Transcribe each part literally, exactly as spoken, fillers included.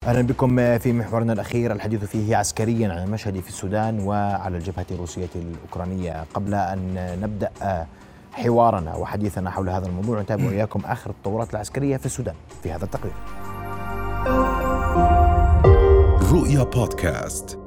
أهلا بكم في محورنا الأخير الحديث فيه عسكريا عن المشهد في السودان وعلى الجبهة الروسية الأوكرانية. قبل أن نبدأ حوارنا وحديثنا حول هذا الموضوع نتابع وإياكم آخر التطورات العسكرية في السودان في هذا التقرير. رؤيا بودكاست.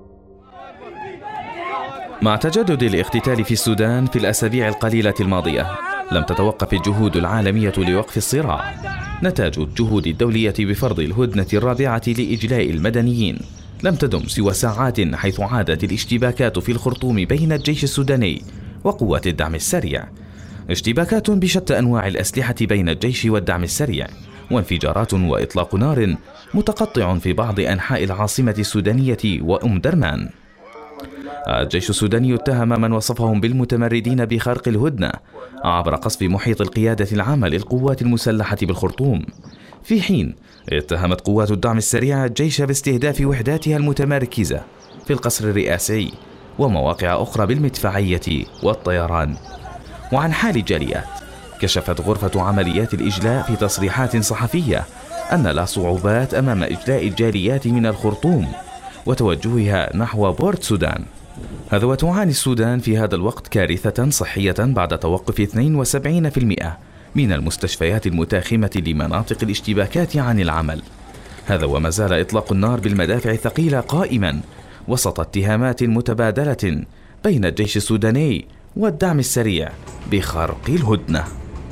مع تجدد الاقتتال في السودان في الأسابيع القليلة الماضية، لم تتوقف الجهود العالمية لوقف الصراع. نتاج الجهود الدولية بفرض الهدنة الرابعة لإجلاء المدنيين لم تدم سوى ساعات، حيث عادت الاشتباكات في الخرطوم بين الجيش السوداني وقوات الدعم السريع. اشتباكات بشتى أنواع الأسلحة بين الجيش والدعم السريع، وانفجارات وإطلاق نار متقطع في بعض أنحاء العاصمة السودانية وأم درمان. الجيش السوداني اتهم من وصفهم بالمتمردين بخرق الهدنة عبر قصف محيط القيادة العامة للقوات المسلحة بالخرطوم، في حين اتهمت قوات الدعم السريع الجيش باستهداف وحداتها المتمركزة في القصر الرئاسي ومواقع أخرى بالمدفعية والطيران. وعن حال الجاليات، كشفت غرفة عمليات الإجلاء في تصريحات صحفية أن لا صعوبات أمام إجلاء الجاليات من الخرطوم وتوجهها نحو بورت سودان. هذا وتعاني السودان في هذا الوقت كارثة صحية بعد توقف اثنين وسبعين بالمئة من المستشفيات المتاخمة لمناطق الاشتباكات عن العمل. هذا وما زال إطلاق النار بالمدافع الثقيلة قائما وسط اتهامات متبادلة بين الجيش السوداني والدعم السريع بخرق الهدنة.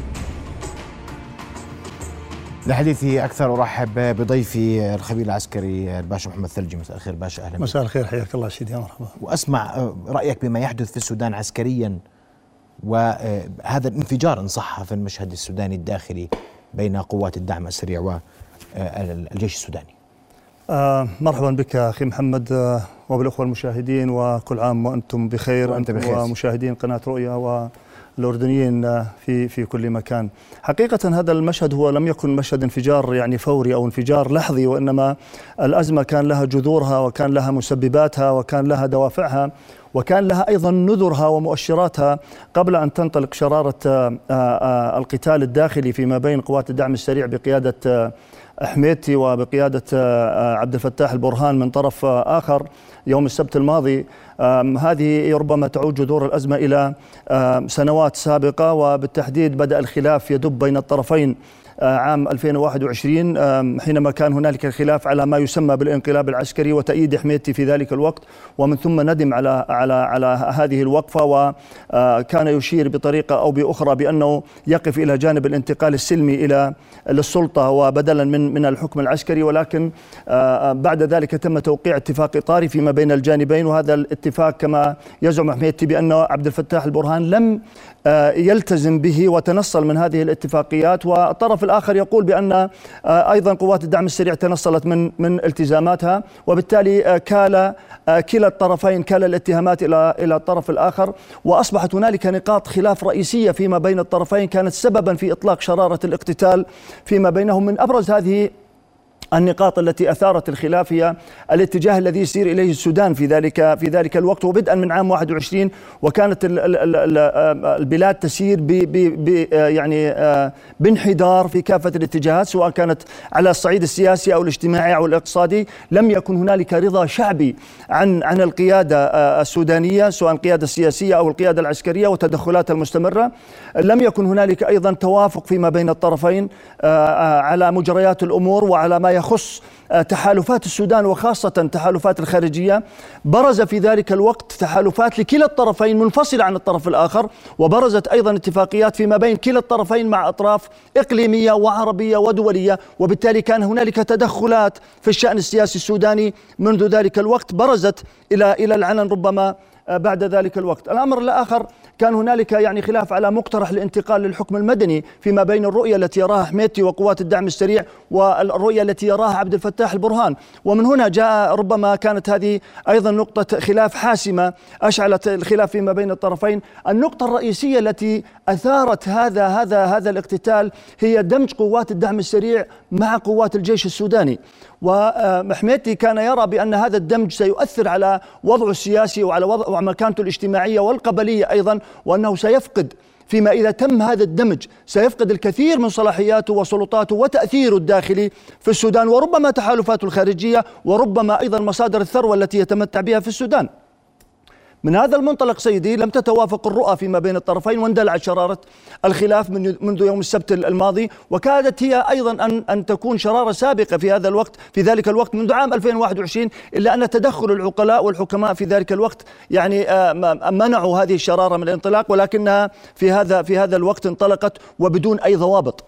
لحديثي أكثر أرحب بضيفي الخبير العسكري الباشا محمد ثلجي. مساء الخير باشا. أهلا. مساء الخير، حياك الله سيدي. مرحبا. وأسمع رأيك بما يحدث في السودان عسكريا وهذا الانفجار إن صح في المشهد السوداني الداخلي بين قوات الدعم السريع والجيش السوداني. آه مرحبا بك أخي محمد، آه وبالأخوة المشاهدين، وكل عام وأنتم بخير، وأنت بخير. ومشاهدين قناة رؤيا و الأردنيين في في كل مكان. حقيقة هذا المشهد هو لم يكن مشهد انفجار يعني فوري أو انفجار لحظي، وإنما الأزمة كان لها جذورها وكان لها مسبباتها وكان لها دوافعها وكان لها أيضا نذرها ومؤشراتها قبل أن تنطلق شرارة القتال الداخلي فيما بين قوات الدعم السريع بقيادة حميدتي وبقيادة عبد الفتاح البرهان من طرف آخر يوم السبت الماضي. هذه ربما تعود جذور الأزمة إلى سنوات سابقة، وبالتحديد بدأ الخلاف يدب بين الطرفين عام ألفين وواحد وعشرين حينما كان هنالك الخلاف على ما يسمى بالانقلاب العسكري وتأييد حميدتي في ذلك الوقت، ومن ثم ندم على على على هذه الوقفة، وكان يشير بطريقة أو بأخرى بأنه يقف إلى جانب الانتقال السلمي إلى للسلطة وبدلا من من الحكم العسكري. ولكن بعد ذلك تم توقيع اتفاق إطاري فيما بين الجانبين، وهذا الاتفاق كما يزعم حميدتي بأن عبد الفتاح البرهان لم يلتزم به وتنصل من هذه الاتفاقيات، والطرف الآخر يقول بأن أيضا قوات الدعم السريع تنصلت من من التزاماتها، وبالتالي كال كلا الطرفين كلا الاتهامات إلى إلى الطرف الآخر، وأصبحت هنالك نقاط خلاف رئيسية فيما بين الطرفين كانت سببا في إطلاق شرارة الاقتتال فيما بينهم. من أبرز هذه النقاط التي أثارت الخلاف هي الاتجاه الذي يسير إليه السودان في ذلك في ذلك الوقت، وبدءا من عام واحد وعشرين، وكانت البلاد تسير ب ب يعني بانحدار في كافة الاتجاهات، سواء كانت على الصعيد السياسي أو الاجتماعي أو الاقتصادي. لم يكن هنالك رضا شعبي عن عن القيادة السودانية، سواء القيادة السياسية أو القيادة العسكرية وتدخلاتها المستمرة. لم يكن هنالك أيضا توافق فيما بين الطرفين على مجريات الأمور وعلى ما يخص تحالفات السودان، وخاصة تحالفات الخارجية. برز في ذلك الوقت تحالفات لكلا الطرفين منفصلة عن الطرف الآخر، وبرزت أيضا اتفاقيات فيما بين كلا الطرفين مع أطراف إقليمية وعربية ودولية، وبالتالي كان هنالك تدخلات في الشأن السياسي السوداني منذ ذلك الوقت برزت إلى إلى العلن ربما بعد ذلك الوقت. الأمر الآخر كان هنالك يعني خلاف على مقترح الانتقال للحكم المدني فيما بين الرؤية التي يراها حميدتي وقوات الدعم السريع والرؤية التي يراها عبد الفتاح البرهان، ومن هنا جاء ربما كانت هذه أيضا نقطة خلاف حاسمة أشعلت الخلاف فيما بين الطرفين. النقطة الرئيسية التي أثارت هذا هذا هذا الاقتتال هي دمج قوات الدعم السريع مع قوات الجيش السوداني، وحميدتي كان يرى بأن هذا الدمج سيؤثر على وضعه السياسي وعلى وضع ومكانته الاجتماعية والقبلية أيضا، وأنه سيفقد فيما إذا تم هذا الدمج سيفقد الكثير من صلاحياته وسلطاته وتأثيره الداخلي في السودان، وربما تحالفاته الخارجية، وربما أيضا مصادر الثروة التي يتمتع بها في السودان. من هذا المنطلق سيدي لم تتوافق الرؤى فيما بين الطرفين، واندلعت شرارة الخلاف منذ يوم السبت الماضي، وكادت هي أيضا أن أن تكون شرارة سابقة في هذا الوقت في ذلك الوقت منذ عام ألفين وواحد وعشرين، إلا أن تدخل العقلاء والحكماء في ذلك الوقت يعني منعوا هذه الشرارة من الانطلاق، ولكنها في هذا في هذا الوقت انطلقت وبدون أي ضوابط.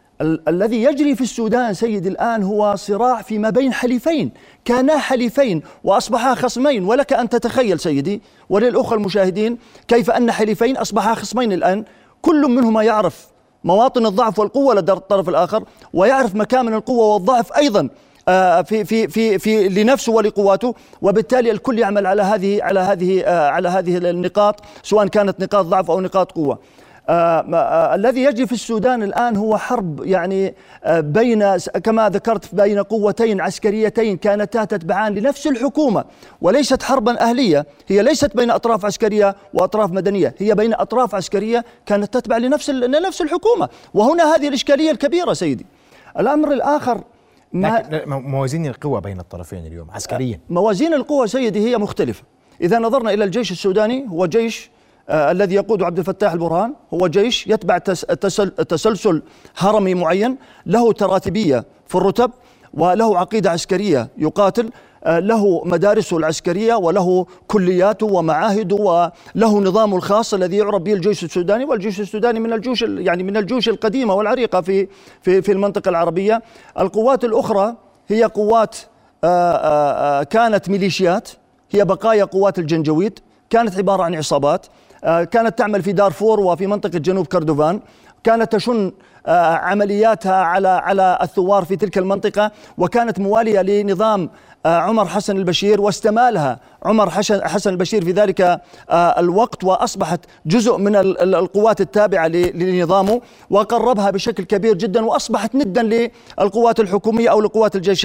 ال الذي يجري في السودان سيدي الآن هو صراع فيما بين حليفين كانا حليفين وأصبحا خصمين، ولك أن تتخيل سيدي وللأخوة المشاهدين كيف أن حليفين أصبحا خصمين الآن، كل منهما يعرف مواطن الضعف والقوة لدى الطرف الآخر، ويعرف مكامن القوة والضعف أيضا في في في في لنفسه ولقواته، وبالتالي الكل يعمل على هذه على هذه على هذه النقاط، سواء كانت نقاط ضعف أو نقاط قوة. آه آه الذي يجري في السودان الآن هو حرب يعني آه بين كما ذكرت بين قوتين عسكريتين كانتا تتبعان لنفس الحكومة، وليست حربا أهلية، هي ليست بين أطراف عسكرية وأطراف مدنية، هي بين أطراف عسكرية كانت تتبع لنفس لنفس الحكومة، وهنا هذه الإشكالية الكبيرة سيدي. الأمر الآخر ما موازين القوى بين الطرفين اليوم عسكريا، موازين القوى سيدي هي مختلفة. إذا نظرنا إلى الجيش السوداني هو جيش آه الذي يقود عبد الفتاح البرهان، هو جيش يتبع تسل تسلسل هرمي معين، له تراتبية في الرتب، وله عقيدة عسكرية يقاتل، آه له مدارسه العسكرية وله كلياته ومعاهده وله نظامه الخاص الذي يعرف به الجيش السوداني، والجيش السوداني من الجيوش يعني من الجيوش القديمة والعريقة في في في المنطقة العربية. القوات الأخرى هي قوات آه آه كانت ميليشيات، هي بقايا قوات الجنجويد، كانت عبارة عن عصابات، كانت تعمل في دارفور وفي منطقة جنوب كردوفان، كانت تشن عملياتها على على الثوار في تلك المنطقة، وكانت موالية لنظام عمر حسن البشير، واستمالها عمر حسن البشير في ذلك الوقت، وأصبحت جزء من القوات التابعة لنظامه، وقربها بشكل كبير جدا، وأصبحت ندا للقوات الحكومية أو لقوات الجيش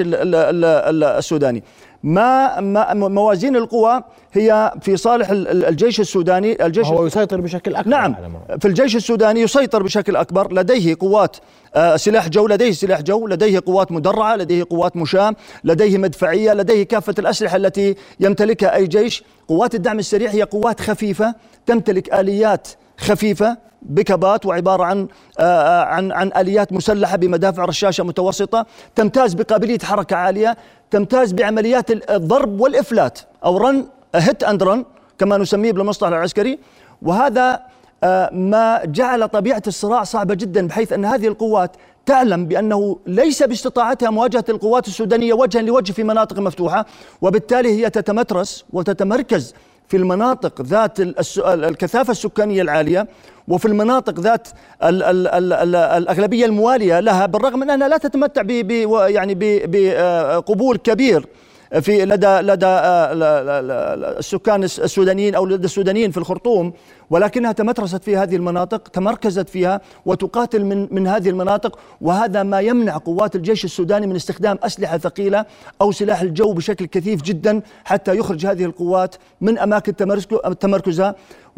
السوداني. ما موازين القوى هي في صالح الجيش السوداني. الجيش هو يسيطر بشكل أكبر. نعم، في الجيش السوداني يسيطر بشكل أكبر، لديه قوات سلاح جو، لديه سلاح جو، لديه قوات مدرعة، لديه قوات مشاة، لديه مدفعية، لديه كافة الأسلحة التي يمتلكها أي جيش. قوات الدعم السريع هي قوات خفيفة تمتلك آليات خفيفة بكبات، وعبارة عن عن عن آليات مسلحة بمدافع رشاشة متوسطة، تمتاز بقابلية حركة عالية، تمتاز بعمليات الضرب والإفلات أو رن هيت أند رن كما نسميه بالمصطلح العسكري. وهذا ما جعل طبيعة الصراع صعبة جدا، بحيث أن هذه القوات تعلم بأنه ليس باستطاعتها مواجهة القوات السودانية وجها لوجه في مناطق مفتوحة، وبالتالي هي تتمترس وتتمركز في المناطق ذات الكثافة السكانية العالية، وفي المناطق ذات ال ال ال ال الأغلبية الموالية لها، بالرغم من أنها لا تتمتع ب يعني بقبول كبير في لدى لدى السكان السودانيين أو لدى السودانيين في الخرطوم، ولكنها تمترست في هذه المناطق، تمركزت فيها وتقاتل من من هذه المناطق. وهذا ما يمنع قوات الجيش السوداني من استخدام أسلحة ثقيلة أو سلاح الجو بشكل كثيف جدا، حتى يخرج هذه القوات من أماكن تمركزها.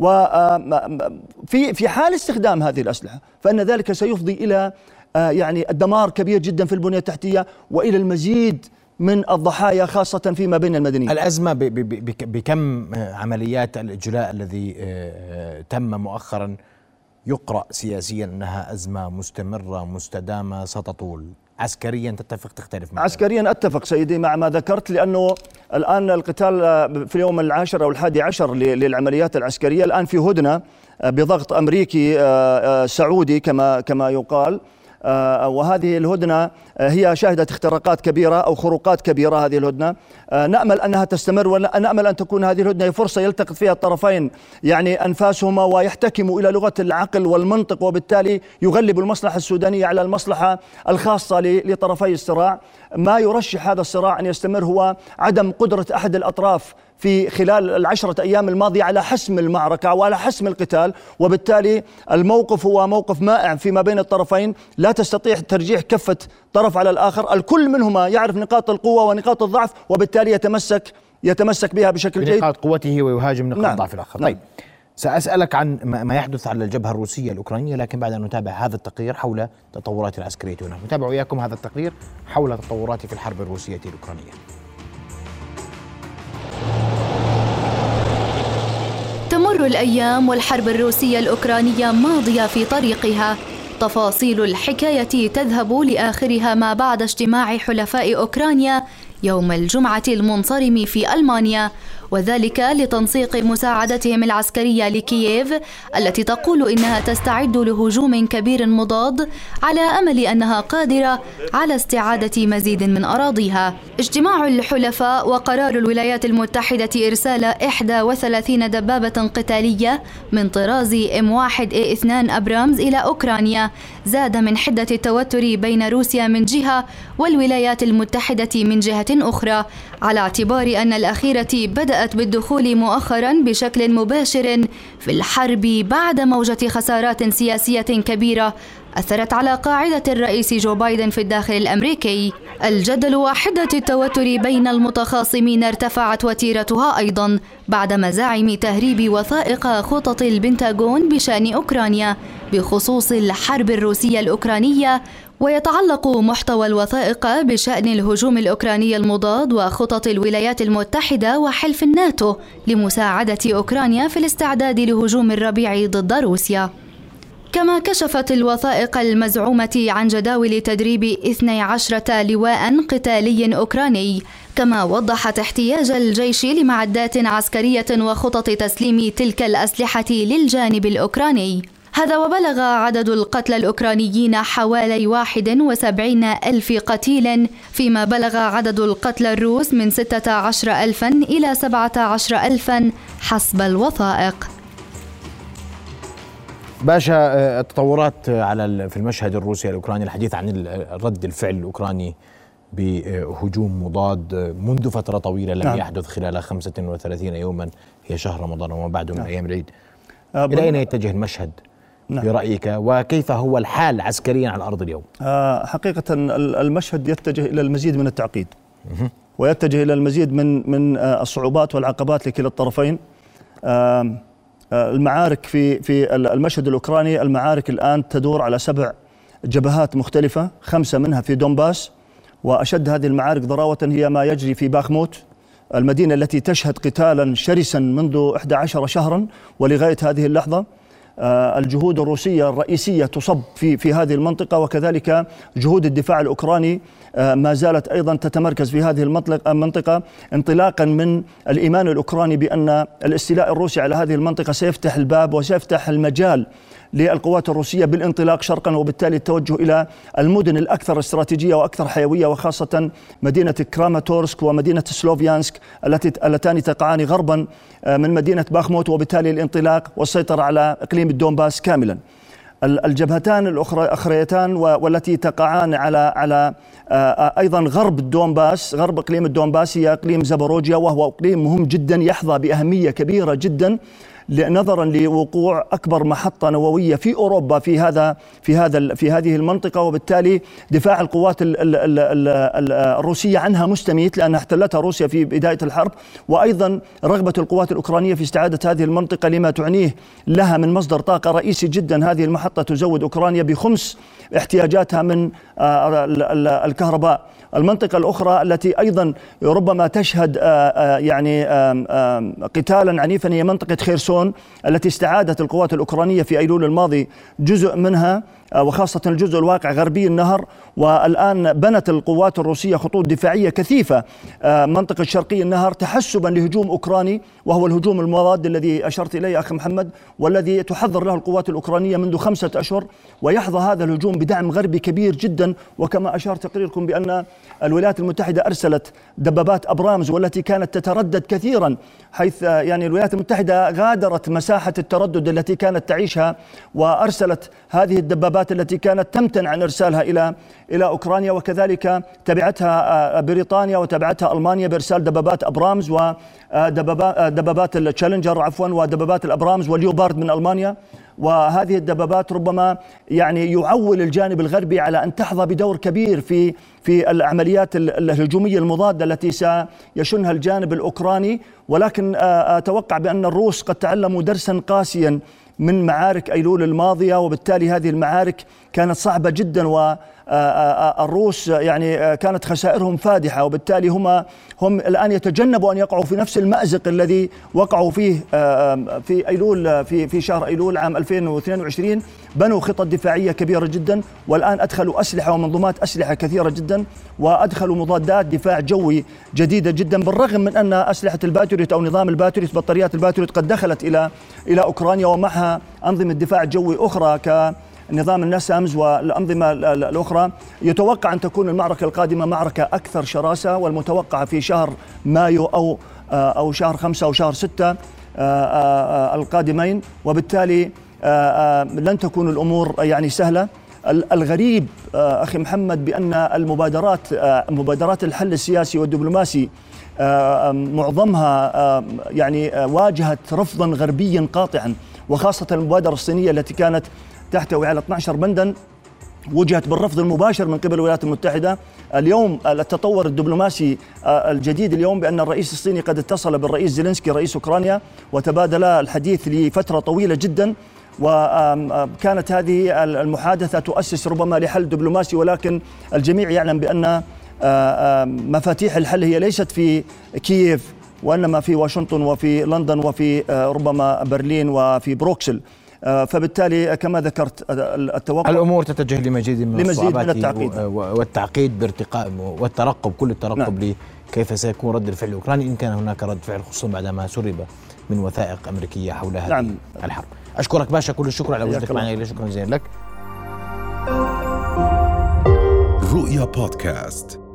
وفي في حال استخدام هذه الأسلحة فإن ذلك سيفضي إلى يعني الدمار كبير جدا في البنية التحتية، وإلى المزيد من الضحايا خاصة فيما بين المدنيين. الأزمة بكم عمليات الإجلاء الذي تم مؤخرا يقرأ سياسيا أنها أزمة مستمرة مستدامة ستطول، عسكريا تتفق تختلف معك؟ عسكريا أتفق سيدي مع ما ذكرت، لأنه الآن القتال في اليوم العاشر أو الحادي عشر للعمليات العسكرية، الآن في هدنة بضغط أمريكي سعودي كما كما يقال، وهذه الهدنة هي شهدت اختراقات كبيرة أو خروقات كبيرة. هذه الهدنة نأمل أنها تستمر، ونأمل أن تكون هذه الهدنة فرصة يلتقط فيها الطرفين يعني أنفاسهما ويحتكموا إلى لغة العقل والمنطق، وبالتالي يغلب المصلحة السودانية على المصلحة الخاصة لطرفي الصراع. ما يرشح هذا الصراع أن يستمر هو عدم قدرة أحد الأطراف في خلال العشرة أيام الماضية على حسم المعركة وعلى حسم القتال، وبالتالي الموقف هو موقف مائع فيما بين الطرفين، لا تستطيع ترجيح كفة طرف على الآخر، الكل منهما يعرف نقاط القوة ونقاط الضعف، وبالتالي يتمسك يتمسك بها بشكل جيد، نقاط قوته ويهاجم نقاط نعم. ضعف الآخر. نعم. طيب سأسألك عن ما يحدث على الجبهة الروسية الأوكرانية، لكن بعد أن نتابع هذا التقرير حول التطورات العسكرية هنا. نتابع وياكم هذا التقرير حول التطورات في الحرب الروسية الأوكرانية. تمر الأيام والحرب الروسية الأوكرانية ماضية في طريقها. تفاصيل الحكاية تذهب لآخرها ما بعد اجتماع حلفاء أوكرانيا يوم الجمعة المنصرم في ألمانيا، وذلك لتنسيق مساعدتهم العسكرية لكييف التي تقول إنها تستعد لهجوم كبير مضاد على أمل أنها قادرة على استعادة مزيد من أراضيها. اجتماع الحلفاء وقرار الولايات المتحدة إرسال إحدى وثلاثين دبابة قتالية من طراز إم واحد إيه اثنين أبرامز إلى أوكرانيا زاد من حدة التوتر بين روسيا من جهة والولايات المتحدة من جهة أخرى، على اعتبار أن الأخيرة بدأت بالدخول مؤخرا بشكل مباشر في الحرب بعد موجة خسارات سياسية كبيرة أثرت على قاعدة الرئيس جو بايدن في الداخل الأمريكي. الجدل وحدة التوتر بين المتخاصمين ارتفعت وتيرتها أيضا بعد مزاعم تهريب وثائق خطط البنتاغون بشأن أوكرانيا بخصوص الحرب الروسية الأوكرانية، ويتعلق محتوى الوثائق بشأن الهجوم الأوكراني المضاد وخطط الولايات المتحدة وحلف الناتو لمساعدة أوكرانيا في الاستعداد لهجوم الربيع ضد روسيا. كما كشفت الوثائق المزعومة عن جداول تدريب اثني عشر لواء قتالي أوكراني، كما وضحت احتياج الجيش لمعدات عسكرية وخطط تسليم تلك الأسلحة للجانب الأوكراني. هذا وبلغ عدد القتلى الأوكرانيين حوالي واحد وسبعين ألف قتيل، فيما بلغ عدد القتلى الروس من ستة عشر ألفا إلى سبعة عشر ألفا حسب الوثائق. باشا، التطورات على في المشهد الروسي الأوكراني، الحديث عن رد الفعل الأوكراني بهجوم مضاد منذ فترة طويلة لم نعم. يحدث خلال خمسة وثلاثين يوما، هي شهر رمضان وما بعده من نعم. أيام العيد. إلى أين يتجه المشهد نعم. برأيك، وكيف هو الحال عسكريا على الأرض اليوم؟ آه حقيقة المشهد يتجه إلى المزيد من التعقيد ويتجه إلى المزيد من من الصعوبات والعقبات لكلا الطرفين. آه المعارك في في المشهد الأوكراني، المعارك الآن تدور على سبع جبهات مختلفة، خمسة منها في دونباس، وأشد هذه المعارك ضراوة هي ما يجري في باخموت، المدينة التي تشهد قتالا شرسا منذ إحدى عشر شهرا ولغاية هذه اللحظة. الجهود الروسية الرئيسية تصب في في هذه المنطقة، وكذلك جهود الدفاع الأوكراني ما زالت أيضا تتمركز في هذه المنطقة، انطلاقا من الإيمان الأوكراني بأن الاستيلاء الروسي على هذه المنطقة سيفتح الباب وسيفتح المجال للقوات الروسية بالانطلاق شرقا، وبالتالي التوجه إلى المدن الأكثر استراتيجية وأكثر حيوية، وخاصة مدينة كراماتورسك ومدينة سلوفيانسك التي اللتان تقعان غربا من مدينة باخموت، وبالتالي الانطلاق والسيطرة على إقليم الدونباس كاملا. الجبهتان الأخريتان والتي تقعان على على أيضا غرب الدونباس، غرب إقليم الدونباس، هي إقليم زابوروجيا، وهو إقليم مهم جدا يحظى بأهمية كبيرة جدا نظرا لوقوع أكبر محطة نووية في أوروبا في هذا في هذا في هذه المنطقة، وبالتالي دفاع القوات ال ال ال ال الروسية عنها مستميت لأنها احتلتها روسيا في بداية الحرب، وأيضا رغبة القوات الأوكرانية في استعادة هذه المنطقة لما تعنيه لها من مصدر طاقة رئيسي جدا. هذه المحطة تزود أوكرانيا بخمس احتياجاتها من الكهرباء. المنطقة الأخرى التي أيضا ربما تشهد يعني قتالا عنيفا هي منطقة خيرسون التي استعادت القوات الأوكرانية في أيلول الماضي جزء منها، وخاصة الجزء الواقع غربي النهر، والآن بنت القوات الروسية خطوط دفاعية كثيفة منطقة شرقي النهر تحسبا لهجوم أوكراني، وهو الهجوم المضاد الذي أشرت إليه أخي محمد، والذي تحضر له القوات الأوكرانية منذ خمسة أشهر، ويحظى هذا الهجوم بدعم غربي كبير جدا. وكما أشار تقريركم بأن الولايات المتحدة أرسلت دبابات أبرامز والتي كانت تتردد كثيرا، حيث يعني الولايات المتحدة غادرت مساحة التردد التي كانت تعيشها وأرسلت هذه الدبابات التي كانت تمتنع عن إرسالها إلى إلى أوكرانيا، وكذلك تبعتها بريطانيا وتبعتها ألمانيا بإرسال دبابات أبرامز ودبابات دبابات التشالنجر عفوا ودبابات الأبرامز والليوبارد من ألمانيا. وهذه الدبابات ربما يعني يعول الجانب الغربي على أن تحظى بدور كبير في في العمليات الهجومية المضادة التي سيشنها الجانب الأوكراني. ولكن أتوقع بأن الروس قد تعلموا درسا قاسيا من معارك أيلول الماضية، وبالتالي هذه المعارك كانت صعبة جدا، والروس يعني كانت خسائرهم فادحة، وبالتالي هم هم الآن يتجنبوا أن يقعوا في نفس المأزق الذي وقعوا فيه في أيلول في في شهر أيلول عام ألفين واثنين وعشرين. بنوا خطط دفاعية كبيرة جدا، والآن أدخلوا أسلحة ومنظومات أسلحة كثيرة جدا، وأدخلوا مضادات دفاع جوي جديدة جدا، بالرغم من أن أسلحة الباتريوت أو نظام الباتريوت بطاريات الباتريوت قد دخلت إلى إلى أوكرانيا، ومعها أنظمة دفاع جوي أخرى كنظام النسامز والأنظمة الأخرى. يتوقع أن تكون المعركة القادمة معركة أكثر شراسة، والمتوقعة في شهر مايو أو أو شهر خمسة أو شهر ستة القادمين، وبالتالي لن تكون الأمور يعني سهلة. الغريب أخي محمد بأن المبادرات مبادرات الحل السياسي والدبلوماسي معظمها يعني واجهت رفضا غربيا قاطعا، وخاصة المبادرة الصينية التي كانت تحتوي على اثني عشر بندا وجهت بالرفض المباشر من قبل الولايات المتحدة. اليوم التطور الدبلوماسي الجديد اليوم بأن الرئيس الصيني قد اتصل بالرئيس زيلينسكي رئيس أوكرانيا، وتبادلا الحديث لفترة طويلة جدا، وكانت هذه المحادثة تؤسس ربما لحل دبلوماسي، ولكن الجميع يعلم بأن مفاتيح الحل هي ليست في كييف، وإنما في واشنطن وفي لندن وفي ربما برلين وفي بروكسل. فبالتالي كما ذكرت التوقع الأمور تتجه لمزيد من لمزيد الصعوبات من التعقيد والتعقيد بارتقاء والترقب، كل الترقب نعم. لكيف سيكون رد الفعل الأوكراني إن كان هناك رد فعل، خصوصا بعدما سرب من وثائق أمريكية حول هذه نعم. الحرب. أشكرك باشا كل الشكر على وجودك معنا، شكرا جزيلا لك. رؤيا بودكاست.